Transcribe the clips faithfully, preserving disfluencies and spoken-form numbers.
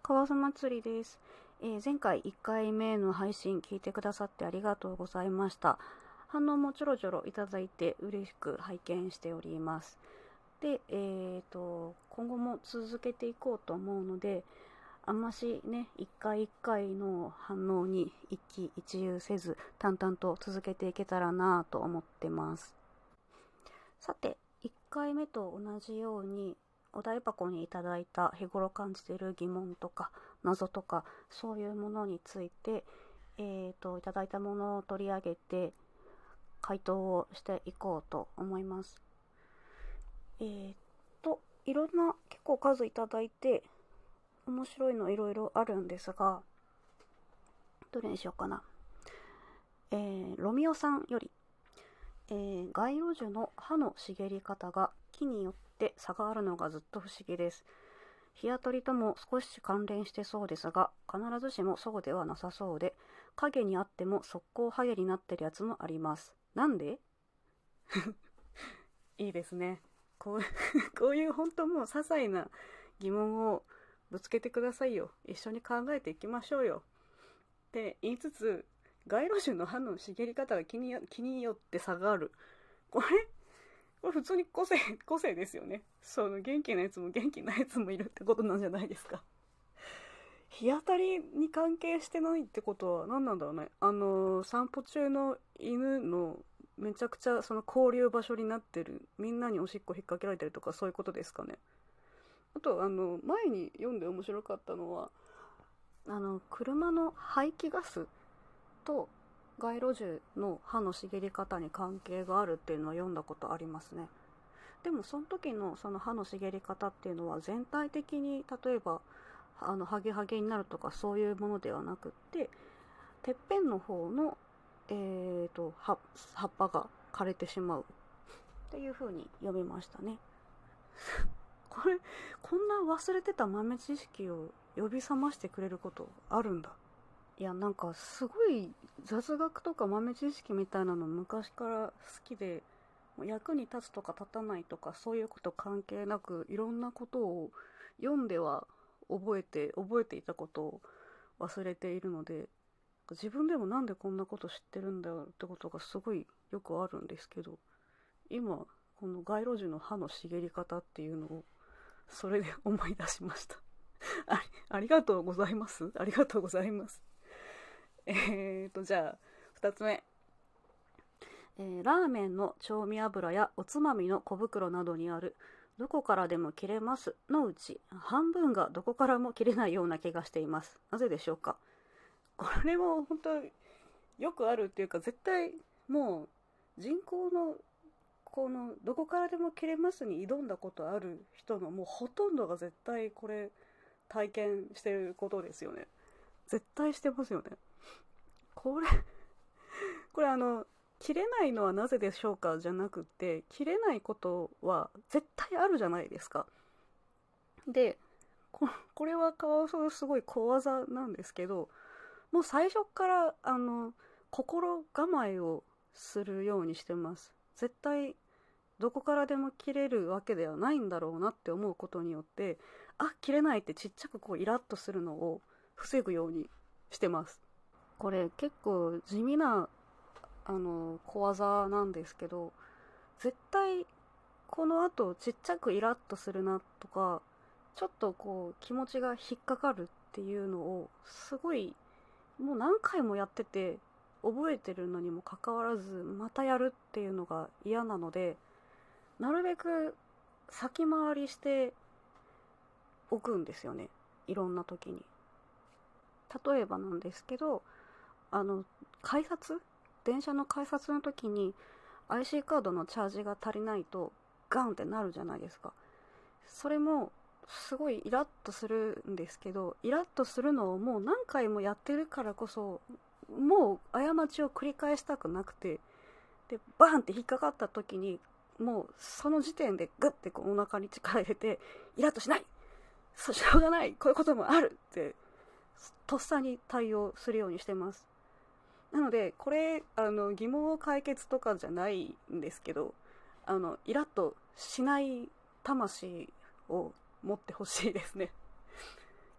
川須祭りです、えー前回いっかいめの配信聞いてくださってありがとうございました。反応もちょろちょろいただいて嬉しく拝見しております。で、えーと、今後も続けていこうと思うので、あんましね、いっかいいっかいの反応に一喜一憂せず、淡々と続けていけたらなぁと思ってます。さて、いっかいめと同じように、お題箱にいただいた日頃感じている疑問とか謎とかそういうものについて、えーと、いただいたものを取り上げて回答をしていこうと思います。えーと、いろんな結構数いただいて面白いのいろいろあるんですが、どれにしようかな。えー、ロミオさんより、えー、街路樹の葉の茂り方が木によって差があるのがずっと不思議です。日当たりとも少し関連してそうですが、必ずしもそうではなさそうで、影にあっても速攻ハゲになってるやつもあります。なんでいいですね。こうこういう本当もう些細な疑問をぶつけてくださいよ。一緒に考えていきましょうよ。って言いつつ、街路樹の葉の茂り方が気に気によって差がある。これこれ普通に個性、個性ですよね。その元気なやつも元気なやつもいるってことなんじゃないですか。日当たりに関係してないってことは何なんだろうね。あの、散歩中の犬のめちゃくちゃその交流場所になってる、みんなにおしっこ引っ掛けられてるとかそういうことですかね。あと、あの、前に読んで面白かったのは、あの、車の排気ガスと街路樹の葉の茂り方に関係があるっていうのは読んだことありますね。でもその時のその葉の茂り方っていうのは全体的に例えばあのハゲハゲになるとかそういうものではなくって、てっぺんの方の、えー、と葉葉っぱが枯れてしまうっていう風に読みましたね。これこんな忘れてた豆知識を呼び覚ましてくれることあるんだ。いや、なんかすごい雑学とか豆知識みたいなの昔から好きで、役に立つとか立たないとかそういうこと関係なくいろんなことを読んでは覚えて覚えていたことを忘れているので、自分でもなんでこんなこと知ってるんだよってことがすごいよくあるんですけど、今この街路樹の葉の茂り方っていうのをそれで思い出しました。あり、ありがとうございます。ありがとうございます。えーとじゃあふたつめ、えーラーメンの調味油やおつまみの小袋などにあるどこからでも切れますのうち半分がどこからも切れないような気がしています。なぜでしょうか。これも本当よくあるっていうか、絶対もう人口のこのどこからでも切れますに挑んだことある人のもうほとんどが絶対これ体験してることですよね。絶対してますよね。これこれあの切れないのはなぜでしょうかじゃなくて、切れないことは絶対あるじゃないですか。で こ, これはカワウソすごい小技なんですけど、もう最初からあの心構えをするようにしてます。絶対どこからでも切れるわけではないんだろうなって思うことによって、あ、切れないってちっちゃくこうイラッとするのを防ぐようにしてます。これ結構地味なあの小技なんですけど、絶対この後ちっちゃくイラッとするなとか、ちょっとこう気持ちが引っかかるっていうのをすごいもう何回もやってて覚えてるのにもかかわらずまたやるっていうのが嫌なので、なるべく先回りしておくんですよね、いろんな時に。例えばなんですけど、あの改札電車の改札の時に アイシー カードのチャージが足りないとガンってなるじゃないですか。それもすごいイラッとするんですけど、イラッとするのをもう何回もやってるからこそ、もう過ちを繰り返したくなくて、でバーンって引っかかった時にもうその時点でグッてこうお腹に力入れて、イラッとしない、そうしょうがない、こういうこともあるってとっさに対応するようにしてます。なのでこれあの疑問を解決とかじゃないんですけど、あのイラッとしない魂を持ってほしいですね。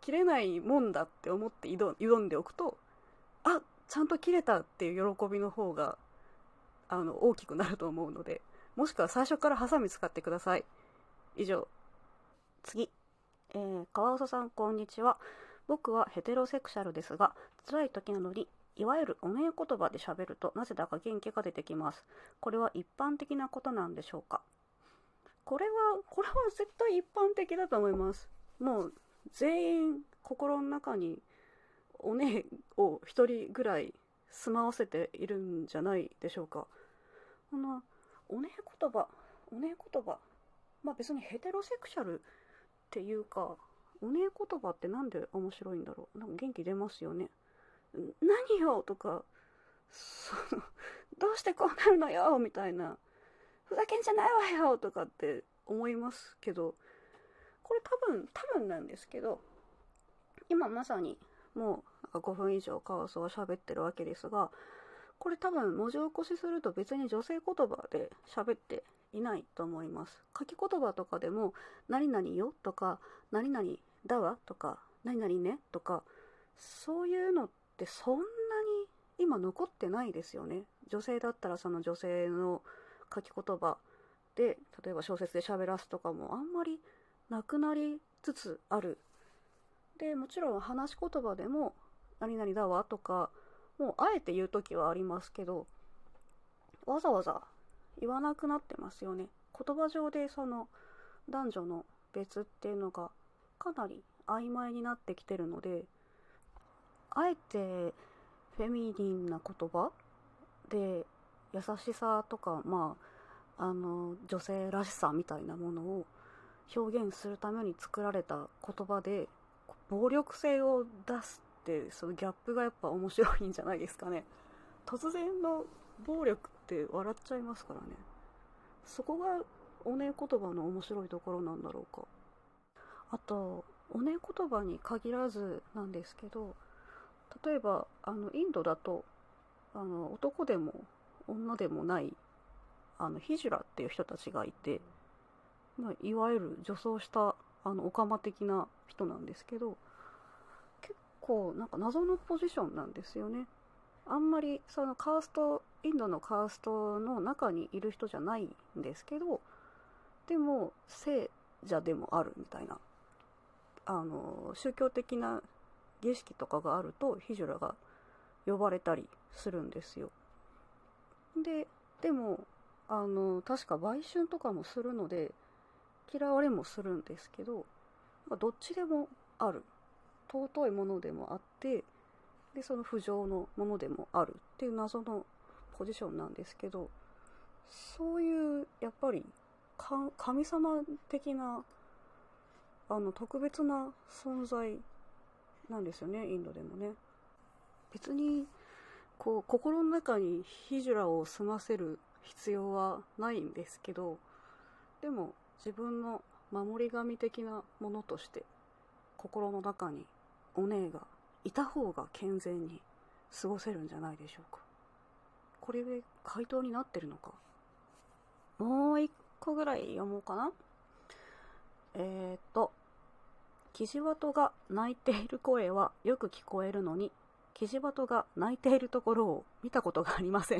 切れないもんだって思って挑挑んでおくと、あ、ちゃんと切れたっていう喜びの方があの大きくなると思うので、もしくは最初からハサミ使ってください。以上。次、えー、川尾さんこんにちは。僕はヘテロセクシャルですが、辛い時なのにいわゆるおねえ言葉で喋るとなぜだか元気が出てきます。これは一般的なことなんでしょうか？これはこれは絶対一般的だと思います。もう全員心の中におねえを一人ぐらい住まわせているんじゃないでしょうか。このおねえ言葉おねえ言葉まあ別にヘテロセクシャルっていうか、おねえ言葉ってなんで面白いんだろう。なんか元気出ますよね。何よとか、そのどうしてこうなるのよみたいな、ふざけんじゃないわよとかって思いますけど、これ多分多分なんですけど、今まさにもうごふん以上カワウソは喋ってるわけですが、これ多分文字起こしすると別に女性言葉で喋っていないと思います。書き言葉とかでも何々よとか何々だわとか何々ねとか、そういうのってそんなに今残ってないですよね。女性だったらその女性の書き言葉で例えば小説で喋らすとかもあんまりなくなりつつある。でもちろん話し言葉でも何々だわとかもうあえて言う時はありますけど、わざわざ言わなくなってますよね。言葉上でその男女の別っていうのがかなり曖昧になってきてるので、あえてフェミニンな言葉で優しさとか、まあ、あの女性らしさみたいなものを表現するために作られた言葉で暴力性を出すって、そのギャップがやっぱ面白いんじゃないですかね。突然の暴力って笑っちゃいますからね。そこがおねえ言葉の面白いところなんだろうか。あとおねえ言葉に限らずなんですけど、例えばあのインドだとあの男でも女でもないあのヒジュラっていう人たちがいて、まあ、いわゆる女装したあのオカマ的な人なんですけど、結構なんか謎のポジションなんですよね。あんまりそのカースト、インドのカーストの中にいる人じゃないんですけど、でも聖者でもあるみたいな、あの宗教的な儀式とかがあるとヒジュラが呼ばれたりするんですよ。で、でもあの確か売春とかもするので嫌われもするんですけど、まあ、どっちでもある、尊いものでもあって、でその不浄のものでもあるっていう謎のポジションなんですけど、そういうやっぱり神様的なあの特別な存在なんですよね、インドでもね。別にこう心の中にヒジュラを済ませる必要はないんですけど、でも自分の守り神的なものとして心の中にお姉がいた方が健全に過ごせるんじゃないでしょうか。これで回答になってるのか。もう一個ぐらい読もうかな。えーっとキジバトが鳴いている声はよく聞こえるのに、キジバトが鳴いているところを見たことがありません。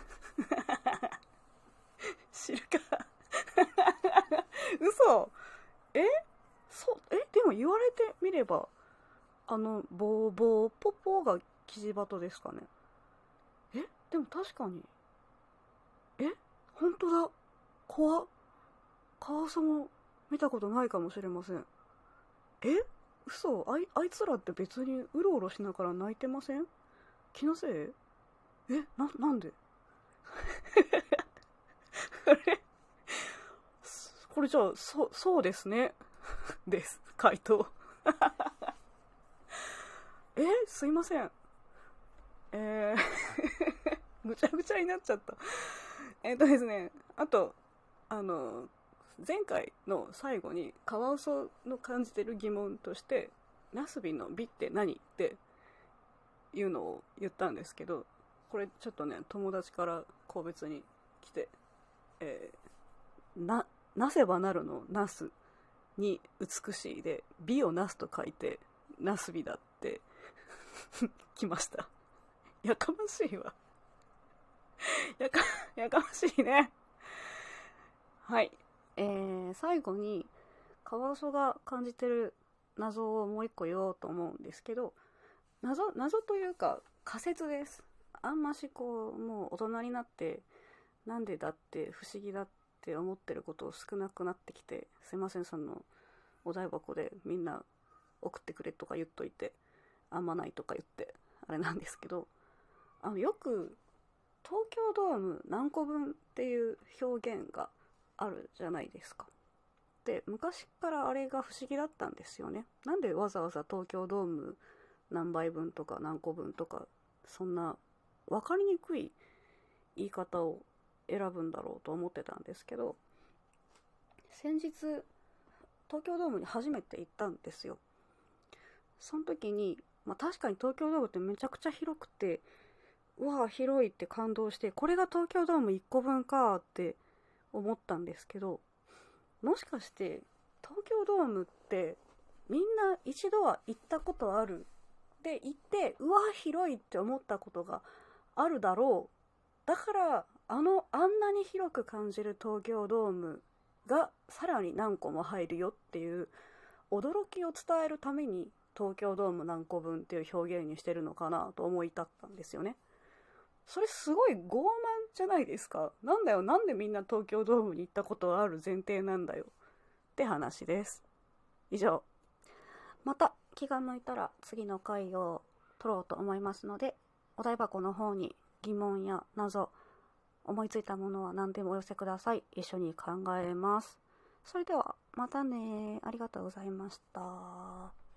知るか。嘘。えそうえでも言われてみれば、あのボーボーポポがキジバトですかね。えでも確かに、え本当だ、怖っ。カワウソも見たことないかもしれません。え嘘。あい、あいつらって別にうろうろしながら泣いてません？気のせい？えな、なんであれこれじゃあ、そ、そうですね。です。回答。えすいません。えー、ぐちゃぐちゃになっちゃった。えっとですね、あと、あの、前回の最後にカワウソの感じてる疑問としてナスビの美って何っていうのを言ったんですけど、これちょっとね友達から個別に来て、えー、ななせばなるのなすに美しいで美をなすと書いてなすびだって来ました。やかましいわ。やか、やかましいね。はい。えー、最後に、カワウソが感じてる謎をもう一個言おうと思うんですけど、謎、謎というか仮説です。あんましこう、もう大人になって、なんでだって不思議だって思ってること少なくなってきて、すいません、その、お台箱でみんな送ってくれとか言っといて、あんまないとか言って、あれなんですけど、あの、よく、東京ドーム何個分っていう表現があるじゃないですか。で、昔からあれが不思議だったんですよね。なんでわざわざ東京ドーム何杯分とか何個分とか、そんな分かりにくい言い方を選ぶんだろうと思ってたんですけど、先日、東京ドームに初めて行ったんですよ。その時に、まあ確かに東京ドームってめちゃくちゃ広くて、うわぁ広いって感動して、これが東京ドームいっこぶんかーって思ったんですけど、もしかして東京ドームってみんな一度は行ったことあるで行って、うわぁ広いって思ったことがあるだろう。だからあのあんなに広く感じる東京ドームがさらに何個も入るよっていう驚きを伝えるために東京ドーム何個分っていう表現にしてるのかなと思い立ったんですよね。それすごい傲慢じゃないですか。なんだよ、なんでみんな東京ドームに行ったことある前提なんだよって話です。以上。また気が向いたら次の回を撮ろうと思いますので、お台箱の方に疑問や謎、思いついたものは何でもお寄せください。一緒に考えます。それではまたね。ありがとうございました。